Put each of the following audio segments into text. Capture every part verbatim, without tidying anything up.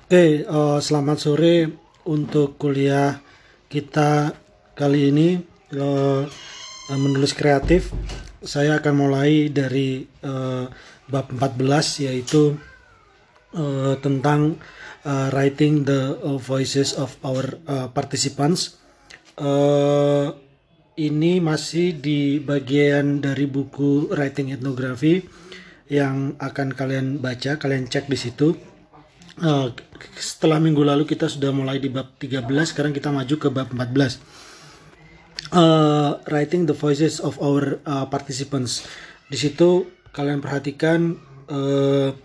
Oke, eh, selamat sore untuk kuliah kita kali ini, eh, eh, menulis kreatif. Saya akan mulai dari eh, bab empat belas, yaitu eh, tentang eh, writing the uh, voices of our uh, participants. Eh, ini masih di bagian dari buku Writing Ethnography yang akan kalian baca, kalian cek di situ. Uh, setelah minggu lalu kita sudah mulai di bab tiga belas, sekarang kita maju ke bab empat belas. Uh, writing the voices of our uh, participants. Di situ kalian perhatikan, uh,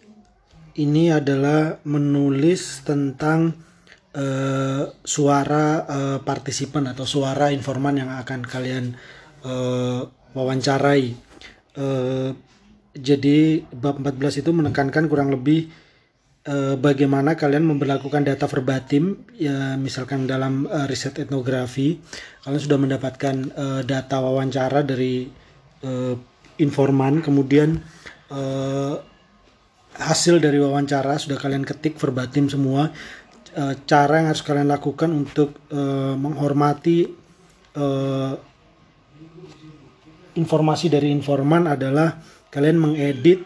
ini adalah menulis tentang uh, suara uh, partisipan atau suara informan yang akan kalian uh, wawancarai. Uh, jadi bab empat belas itu menekankan kurang lebih bagaimana kalian memperlakukan data verbatim, ya misalkan dalam uh, riset etnografi kalian sudah mendapatkan uh, data wawancara dari uh, informan, kemudian uh, hasil dari wawancara sudah kalian ketik verbatim semua. Uh, cara yang harus kalian lakukan untuk uh, menghormati uh, informasi dari informan adalah kalian mengedit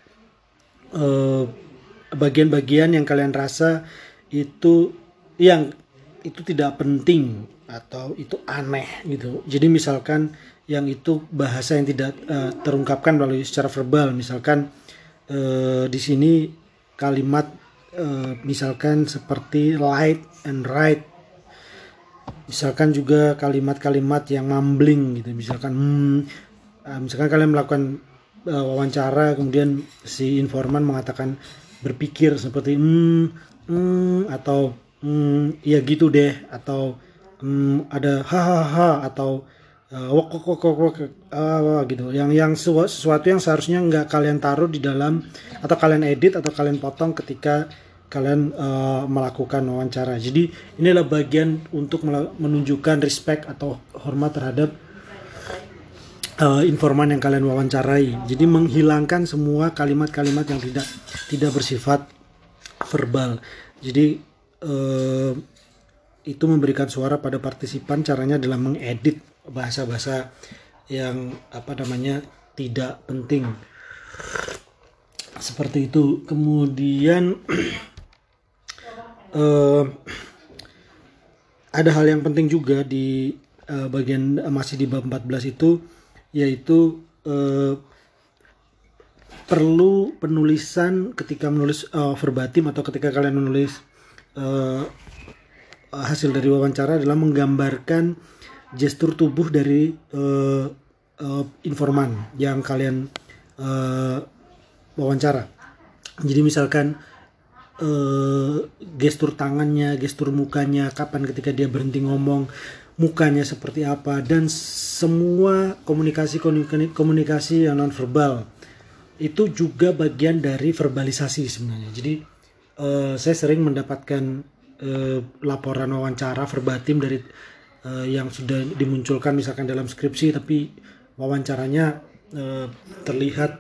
uh, bagian-bagian yang kalian rasa itu yang itu tidak penting atau itu aneh gitu. Jadi misalkan yang itu bahasa yang tidak uh, terungkapkan melalui secara verbal, misalkan uh, di sini kalimat uh, misalkan seperti light and right, misalkan juga kalimat-kalimat yang mumbling gitu, misalkan hmm, uh, misalkan kalian melakukan uh, wawancara, kemudian si informan mengatakan berpikir seperti hmm, hmm atau hmm, ya gitu deh, atau hmm, ada hahaha atau uh, wok wok wok wok, wok uh, gitu, yang yang sesuatu yang seharusnya nggak kalian taruh di dalam, atau kalian edit atau kalian potong ketika kalian uh, melakukan wawancara. Jadi ini adalah bagian untuk menunjukkan respect atau hormat terhadap Uh, informan yang kalian wawancarai. Jadi menghilangkan semua kalimat-kalimat yang tidak tidak bersifat verbal. Jadi uh, itu memberikan suara pada partisipan. Caranya adalah mengedit bahasa-bahasa yang apa namanya tidak penting. Seperti itu. Kemudian uh, ada hal yang penting juga di uh, bagian uh, masih di bab empat belas itu, yaitu eh, perlu penulisan ketika menulis eh, verbatim atau ketika kalian menulis eh, hasil dari wawancara adalah menggambarkan gestur tubuh dari eh, eh, informan yang kalian eh, wawancara. Jadi misalkan eh, gestur tangannya, gestur mukanya, kapan ketika dia berhenti ngomong, mukanya seperti apa, dan semua komunikasi komunikasi yang non verbal itu juga bagian dari verbalisasi sebenarnya. Jadi uh, saya sering mendapatkan uh, laporan wawancara verbatim dari uh, yang sudah dimunculkan misalkan dalam skripsi, tapi wawancaranya uh, terlihat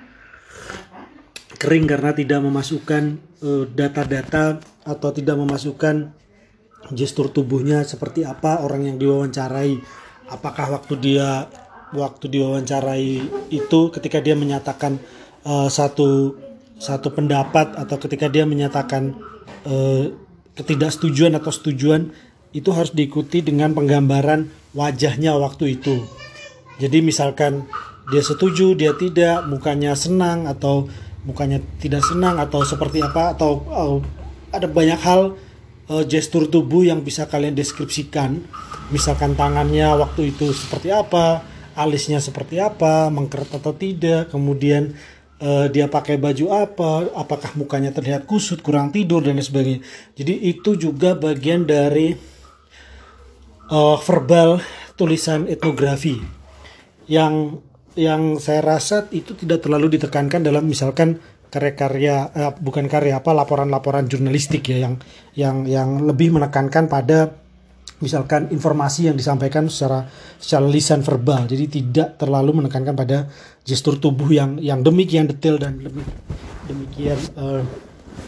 kering karena tidak memasukkan uh, data-data atau tidak memasukkan gestur tubuhnya seperti apa orang yang diwawancarai. Apakah waktu dia waktu diwawancarai itu ketika dia menyatakan uh, satu satu pendapat, atau ketika dia menyatakan uh, ketidaksetujuan atau setujuan, itu harus diikuti dengan penggambaran wajahnya waktu itu. Jadi misalkan dia setuju, dia tidak, mukanya senang atau mukanya tidak senang, atau seperti apa, atau uh, ada banyak hal Uh, gestur tubuh yang bisa kalian deskripsikan. Misalkan tangannya waktu itu seperti apa, alisnya seperti apa, mengkeret atau tidak, kemudian uh, dia pakai baju apa, apakah mukanya terlihat kusut, kurang tidur, dan lain sebagainya. Jadi itu juga bagian dari uh, verbal tulisan etnografi yang yang saya rasa itu tidak terlalu ditekankan dalam misalkan karya-karya eh, bukan karya apa laporan-laporan jurnalistik ya, yang yang yang lebih menekankan pada misalkan informasi yang disampaikan secara secara lisan verbal. Jadi tidak terlalu menekankan pada gestur tubuh yang yang demikian detail dan lebih demikian eh,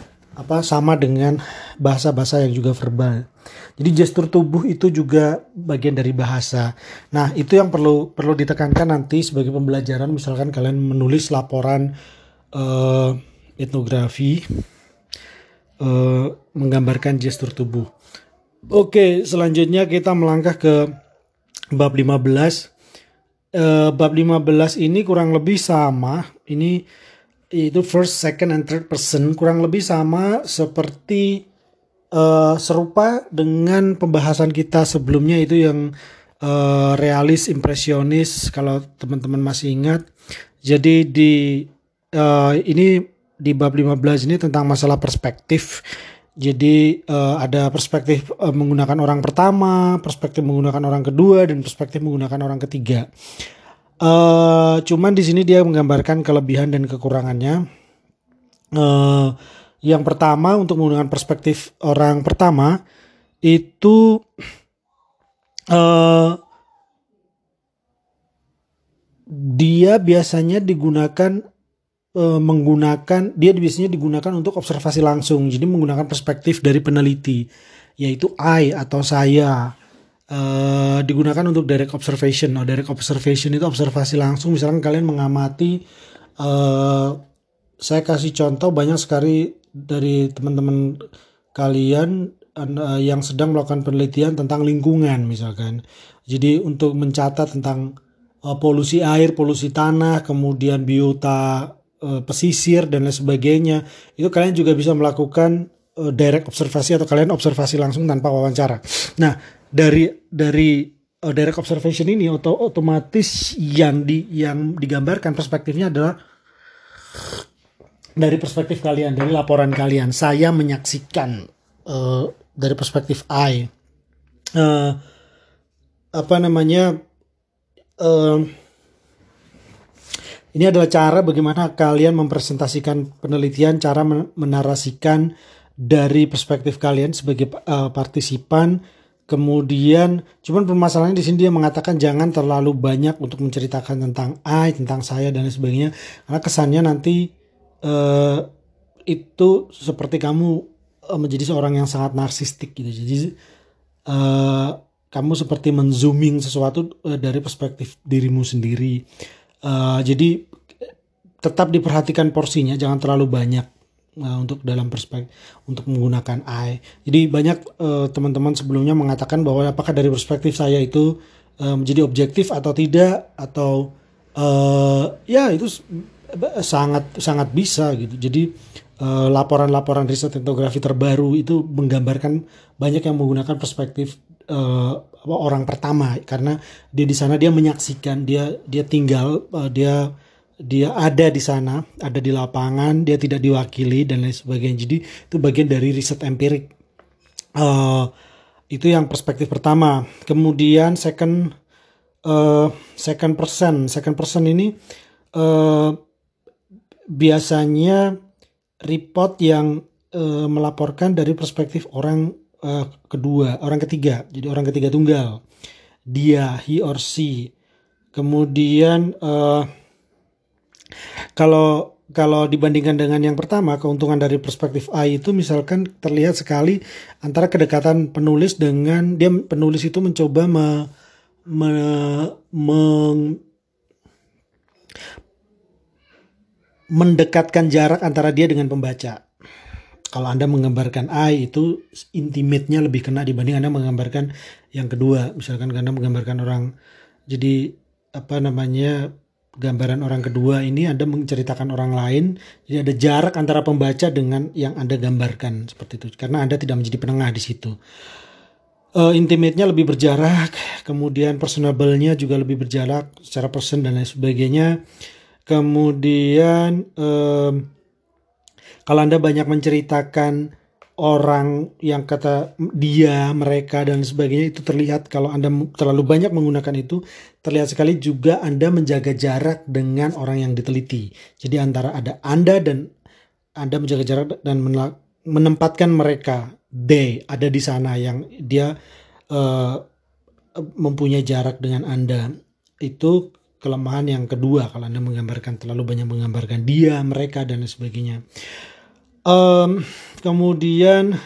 apa sama dengan bahasa-bahasa yang juga verbal. Jadi gestur tubuh itu juga bagian dari bahasa. Nah, itu yang perlu perlu ditekankan nanti sebagai pembelajaran. Misalkan kalian menulis laporan uh, etnografi uh, menggambarkan gestur tubuh. Oke, selanjutnya kita melangkah ke bab lima belas. Uh, bab lima belas ini kurang lebih sama. Ini itu first, second, and third person kurang lebih sama seperti uh, serupa dengan pembahasan kita sebelumnya itu yang uh, realis, impresionis kalau teman-teman masih ingat. Jadi di uh, ini di bab lima belas ini tentang masalah perspektif. Jadi uh, ada perspektif uh, menggunakan orang pertama, perspektif menggunakan orang kedua, dan perspektif menggunakan orang ketiga. Uh, cuman di sini dia menggambarkan kelebihan dan kekurangannya. Uh, yang pertama untuk menggunakan perspektif orang pertama itu uh, dia biasanya digunakan uh, menggunakan dia biasanya digunakan untuk observasi langsung. Jadi menggunakan perspektif dari peneliti, yaitu I atau saya. Uh, digunakan untuk direct observation. Nah, direct observation itu observasi langsung. Misalkan kalian mengamati, uh, saya kasih contoh banyak sekali dari teman-teman kalian uh, yang sedang melakukan penelitian tentang lingkungan misalkan. Jadi untuk mencatat tentang uh, polusi air, polusi tanah, kemudian biota uh, pesisir dan lain sebagainya, itu kalian juga bisa melakukan uh, direct observasi atau kalian observasi langsung tanpa wawancara. Nah, dari dari uh, direct observation ini atau otomatis yang di yang digambarkan perspektifnya adalah dari perspektif kalian, dari laporan kalian. Saya menyaksikan uh, dari perspektif I. Uh, apa namanya? Uh, ini adalah cara bagaimana kalian mempresentasikan penelitian, cara menarasikan dari perspektif kalian sebagai uh, partisipan. Kemudian, cuman permasalahannya di sini dia mengatakan jangan terlalu banyak untuk menceritakan tentang I, tentang saya dan lain sebagainya, karena kesannya nanti uh, itu seperti kamu uh, menjadi seorang yang sangat narsistik gitu. Jadi uh, kamu seperti menzooming sesuatu uh, dari perspektif dirimu sendiri. Uh, jadi tetap diperhatikan porsinya, jangan terlalu banyak. Nah, untuk dalam perspektif untuk menggunakan I. Jadi banyak uh, teman-teman sebelumnya mengatakan bahwa apakah dari perspektif saya itu uh, menjadi objektif atau tidak, atau uh, ya itu sangat sangat bisa gitu. Jadi uh, laporan-laporan riset etnografi terbaru itu menggambarkan banyak yang menggunakan perspektif uh, orang pertama, karena dia di sana dia menyaksikan, dia dia tinggal, uh, dia dia ada di sana, ada di lapangan, dia tidak diwakili dan lain sebagainya. Jadi itu bagian dari riset empirik. Uh, itu yang perspektif pertama. Kemudian second uh, second person, second person ini uh, biasanya report yang uh, melaporkan dari perspektif orang uh, kedua, orang ketiga. Jadi orang ketiga tunggal. Dia, he or she. Kemudian uh, Kalau kalau dibandingkan dengan yang pertama, keuntungan dari perspektif I itu misalkan terlihat sekali antara kedekatan penulis dengan dia penulis itu mencoba me, me, meng, mendekatkan jarak antara dia dengan pembaca. Kalau Anda menggambarkan I itu intimate-nya lebih kena dibanding Anda menggambarkan yang kedua. Misalkan Anda menggambarkan orang, jadi apa namanya, gambaran orang kedua ini Anda menceritakan orang lain, jadi ada jarak antara pembaca dengan yang Anda gambarkan seperti itu, karena Anda tidak menjadi penengah di situ. Uh, intimate-nya lebih berjarak, kemudian personable-nya juga lebih berjarak secara person dan lain sebagainya. Kemudian um, kalau Anda banyak menceritakan orang yang kata dia, mereka dan sebagainya, itu terlihat kalau Anda terlalu banyak menggunakan itu, terlihat sekali juga Anda menjaga jarak dengan orang yang diteliti. Jadi antara ada Anda dan Anda menjaga jarak dan menempatkan mereka, they, ada di sana yang dia uh, mempunyai jarak dengan Anda. Itu kelemahan yang kedua kalau Anda menggambarkan terlalu banyak menggambarkan dia, mereka dan sebagainya. Um, kemudian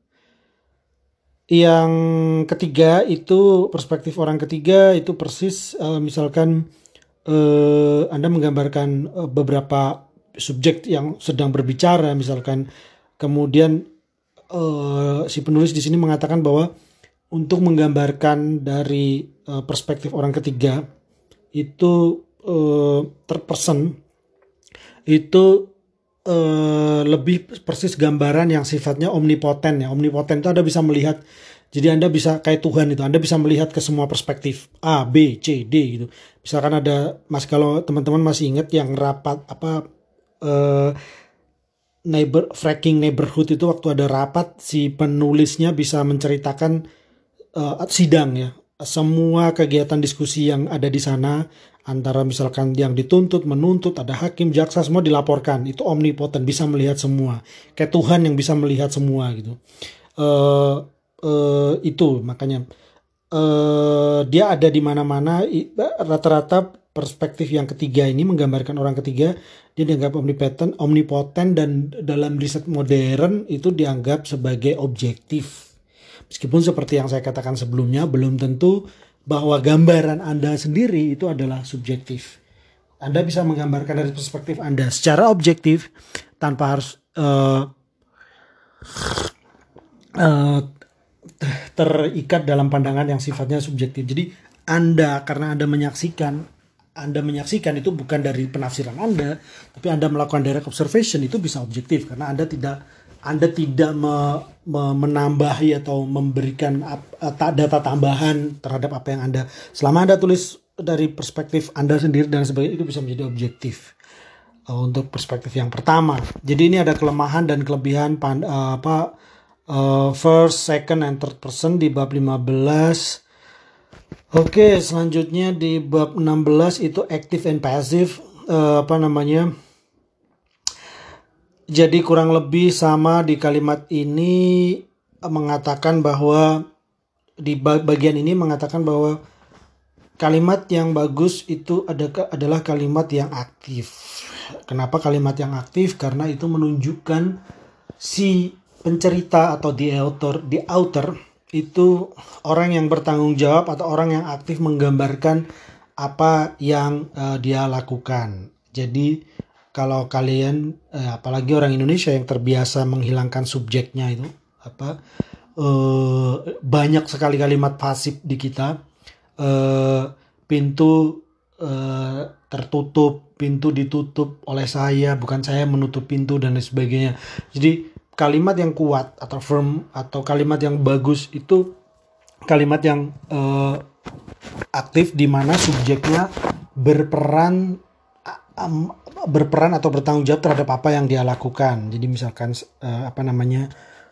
yang ketiga itu perspektif orang ketiga itu persis uh, misalkan uh, Anda menggambarkan uh, beberapa subjek yang sedang berbicara misalkan, kemudian uh, si penulis di sini mengatakan bahwa untuk menggambarkan dari uh, perspektif orang ketiga itu uh, third person itu Uh, lebih persis gambaran yang sifatnya omnipoten ya. Omnipoten itu Anda bisa melihat, jadi Anda bisa kayak Tuhan itu, Anda bisa melihat ke semua perspektif A, B, C, D gitu. Misalkan ada, mas kalau teman-teman masih ingat yang rapat apa uh, neighbor fracking neighborhood itu, waktu ada rapat si penulisnya bisa menceritakan uh, sidang ya, semua kegiatan diskusi yang ada di sana, antara misalkan yang dituntut, menuntut, ada hakim, jaksa, semua dilaporkan. Itu omnipoten, bisa melihat semua. Kayak Tuhan yang bisa melihat semua gitu. Uh, uh, itu makanya uh, dia ada di mana-mana. Rata-rata perspektif yang ketiga ini menggambarkan orang ketiga, dia dianggap omnipoten, omnipoten dan dalam riset modern itu dianggap sebagai objektif. Meskipun seperti yang saya katakan sebelumnya, belum tentu bahwa gambaran Anda sendiri itu adalah subjektif. Anda bisa menggambarkan dari perspektif Anda secara objektif tanpa harus uh, uh, terikat dalam pandangan yang sifatnya subjektif. Jadi Anda, karena Anda menyaksikan, Anda menyaksikan itu bukan dari penafsiran Anda, tapi Anda melakukan direct observation, itu bisa objektif karena Anda tidak Anda tidak me, me, menambahi atau memberikan data tambahan terhadap apa yang Anda, selama Anda tulis dari perspektif Anda sendiri dan sebagainya, itu bisa menjadi objektif uh, untuk perspektif yang pertama. Jadi ini ada kelemahan dan kelebihan pan, uh, apa uh, first, second, and third person di bab lima belas. Oke, selanjutnya di bab enam belas itu active and passive, uh, apa namanya? Jadi kurang lebih sama di kalimat ini mengatakan bahwa di bagian ini mengatakan bahwa kalimat yang bagus itu adalah kalimat yang aktif. Kenapa kalimat yang aktif? Karena itu menunjukkan si pencerita atau the author, the author itu orang yang bertanggung jawab atau orang yang aktif menggambarkan apa yang uh, dia lakukan. Jadi kalau kalian, eh, apalagi orang Indonesia yang terbiasa menghilangkan subjeknya itu, apa eh, banyak sekali kalimat pasif di kita, eh, pintu eh, tertutup, pintu ditutup oleh saya, bukan saya menutup pintu dan lain sebagainya. Jadi kalimat yang kuat atau firm atau kalimat yang bagus itu kalimat yang eh, aktif di mana subjeknya berperan um, berperan atau bertanggung jawab terhadap apa yang dia lakukan. Jadi misalkan uh, apa namanya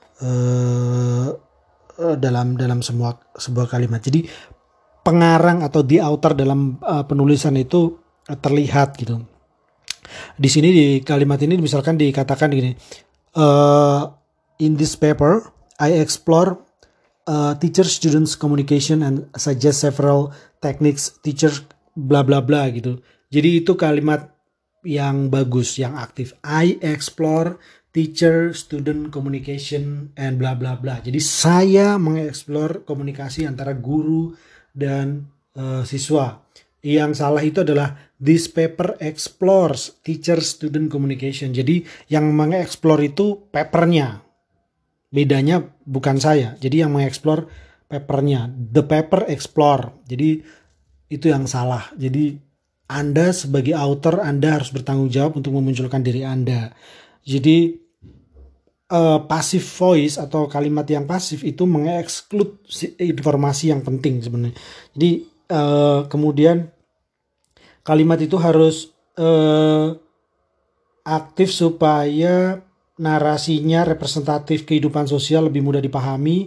uh, uh, dalam dalam semua sebuah kalimat. Jadi pengarang atau the author dalam uh, penulisan itu uh, terlihat gitu. Di sini di kalimat ini misalkan dikatakan gini, uh, in this paper I explore uh, teacher-students communication and suggest several techniques teacher bla bla bla gitu. Jadi itu kalimat yang bagus, yang aktif. I explore teacher-student communication and bla bla bla. Jadi saya mengeksplor komunikasi antara guru dan uh, siswa. Yang salah itu adalah this paper explores teacher-student communication. Jadi yang mengeksplor itu papernya. Bedanya bukan saya. Jadi yang mengeksplor papernya. The paper explore. Jadi itu yang salah. Jadi Anda sebagai author, Anda harus bertanggung jawab untuk memunculkan diri Anda. Jadi uh, passive voice atau kalimat yang pasif itu mengeksklud informasi yang penting sebenarnya. Jadi uh, kemudian kalimat itu harus uh, aktif supaya narasinya representatif kehidupan sosial, lebih mudah dipahami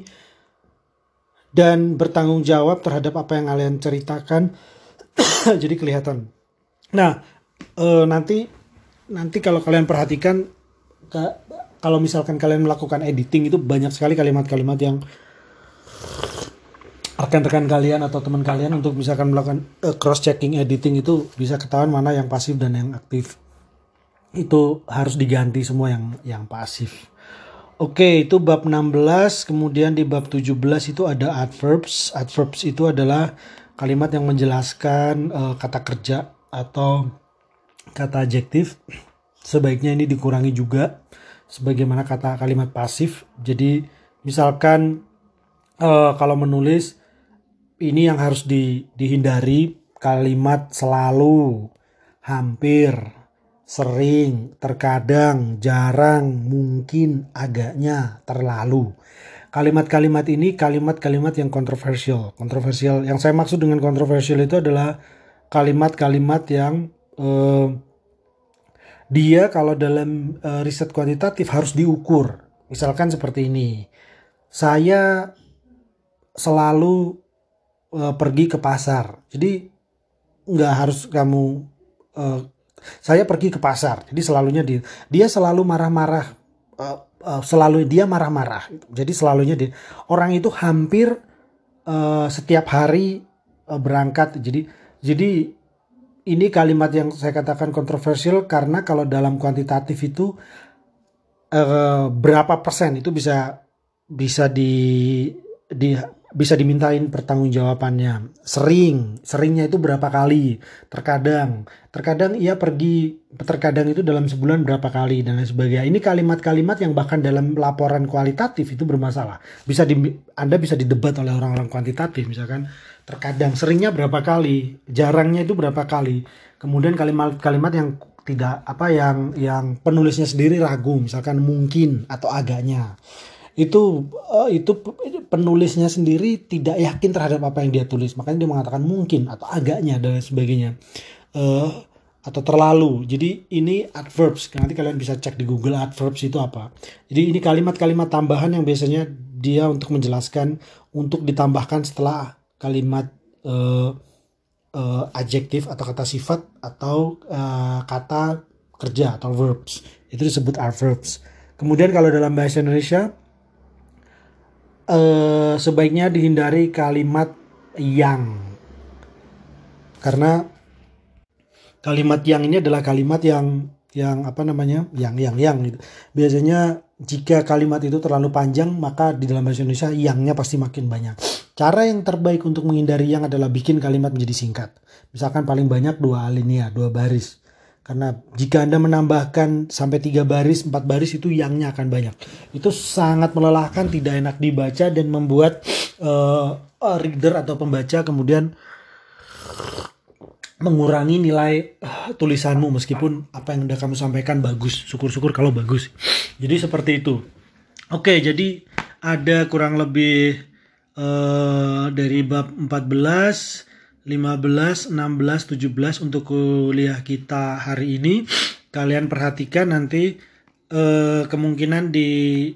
dan bertanggung jawab terhadap apa yang kalian ceritakan. Jadi kelihatan. Nah, e, nanti nanti kalau kalian perhatikan, ke, kalau misalkan kalian melakukan editing itu banyak sekali kalimat-kalimat yang rekan-rekan kalian atau teman kalian untuk misalkan melakukan e, cross checking editing itu bisa ketahuan mana yang pasif dan yang aktif. Itu harus diganti semua yang yang pasif. Oke, itu bab enam belas, kemudian di bab tujuh belas itu ada adverbs. Adverbs itu adalah kalimat yang menjelaskan uh, kata kerja atau kata adjektif. Sebaiknya ini dikurangi juga sebagaimana kata kalimat pasif. Jadi misalkan uh, kalau menulis ini yang harus di, dihindari kalimat selalu, hampir, sering, terkadang, jarang, mungkin, agaknya, terlalu. Kalimat-kalimat ini kalimat-kalimat yang kontroversial. Kontroversial. Yang saya maksud dengan kontroversial itu adalah kalimat-kalimat yang eh, dia kalau dalam eh, riset kuantitatif harus diukur. Misalkan seperti ini. Saya selalu eh, pergi ke pasar. Jadi nggak harus kamu eh, saya pergi ke pasar. Jadi selalunya dia dia selalu marah-marah. eh, eh, selalu dia marah-marah. Jadi selalunya dia orang itu hampir eh, setiap hari eh, berangkat. Jadi jadi ini kalimat yang saya katakan kontroversial karena kalau dalam kuantitatif itu eh, berapa persen itu bisa bisa di di bisa dimintain pertanggungjawabannya. Sering, seringnya itu berapa kali? Terkadang, terkadang ia pergi, terkadang itu dalam sebulan berapa kali dan lain sebagainya. Ini kalimat-kalimat yang bahkan dalam laporan kualitatif itu bermasalah. Bisa di, Anda bisa didebat oleh orang-orang kuantitatif, misalkan terkadang, seringnya berapa kali, jarangnya itu berapa kali. Kemudian kalimat-kalimat yang tidak apa yang yang penulisnya sendiri ragu, misalkan mungkin atau agaknya. Itu uh, itu penulisnya sendiri tidak yakin terhadap apa yang dia tulis, makanya dia mengatakan mungkin atau agaknya dan sebagainya, uh, atau terlalu. Jadi ini adverbs, nanti kalian bisa cek di Google adverbs itu apa. Jadi ini kalimat-kalimat tambahan yang biasanya dia untuk menjelaskan, untuk ditambahkan setelah kalimat uh, uh, adjektif atau kata sifat atau uh, kata kerja atau verbs, itu disebut adverbs. Kemudian kalau dalam bahasa Indonesia Uh, sebaiknya dihindari kalimat yang, karena kalimat yang ini adalah kalimat yang yang apa namanya yang yang yang gitu. Biasanya jika kalimat itu terlalu panjang, maka di dalam bahasa Indonesia yangnya pasti makin banyak. Cara yang terbaik untuk menghindari yang adalah bikin kalimat menjadi singkat. Misalkan paling banyak dua alinea, dua baris. Karena jika Anda menambahkan sampai tiga baris, empat baris, itu yangnya akan banyak. Itu sangat melelahkan, tidak enak dibaca, dan membuat uh, reader atau pembaca kemudian mengurangi nilai uh, tulisanmu, meskipun apa yang sudah kamu sampaikan bagus. Syukur-syukur kalau bagus. Jadi seperti itu. Oke, jadi ada kurang lebih uh, dari bab empat belas, lima belas, enam belas, tujuh belas untuk kuliah kita hari ini. Kalian perhatikan nanti eh, kemungkinan di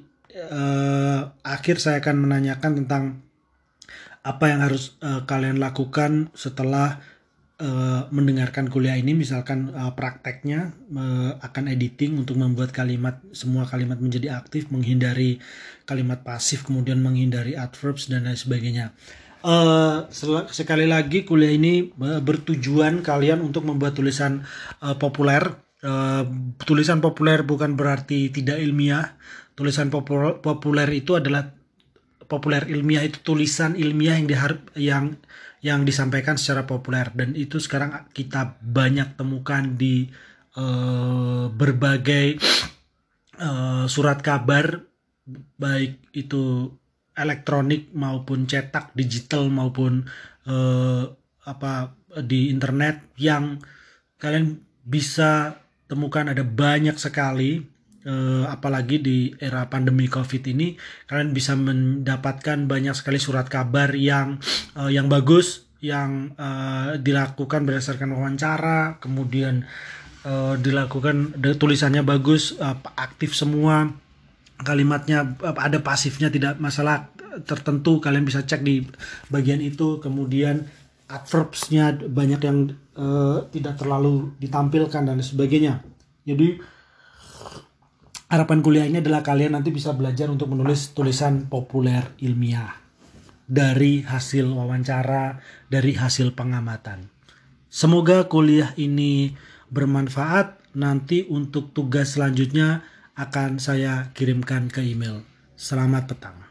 eh, akhir saya akan menanyakan tentang apa yang harus eh, kalian lakukan setelah eh, mendengarkan kuliah ini. Misalkan eh, prakteknya eh, akan editing untuk membuat kalimat, semua kalimat menjadi aktif, menghindari kalimat pasif, kemudian menghindari adverbs dan lain sebagainya. Uh, sekali lagi kuliah ini uh, bertujuan kalian untuk membuat tulisan uh, populer. Uh, tulisan populer bukan berarti tidak ilmiah. Tulisan populer, populer itu adalah populer ilmiah, itu tulisan ilmiah yang diharap yang yang disampaikan secara populer, dan itu sekarang kita banyak temukan di uh, berbagai uh, surat kabar, baik itu elektronik maupun cetak, digital maupun eh, apa di internet, yang kalian bisa temukan ada banyak sekali. Eh, apalagi di era pandemi COVID ini, kalian bisa mendapatkan banyak sekali surat kabar yang eh, yang bagus, yang eh, dilakukan berdasarkan wawancara, kemudian eh, dilakukan tulisannya bagus, eh, aktif semua. Kalimatnya ada pasifnya, tidak masalah tertentu, kalian bisa cek di bagian itu. Kemudian adverbsnya banyak yang uh, tidak terlalu ditampilkan dan sebagainya. Jadi harapan kuliah ini adalah kalian nanti bisa belajar untuk menulis tulisan populer ilmiah dari hasil wawancara, dari hasil pengamatan. Semoga kuliah ini bermanfaat. Nanti untuk tugas selanjutnya akan saya kirimkan ke email. Selamat petang.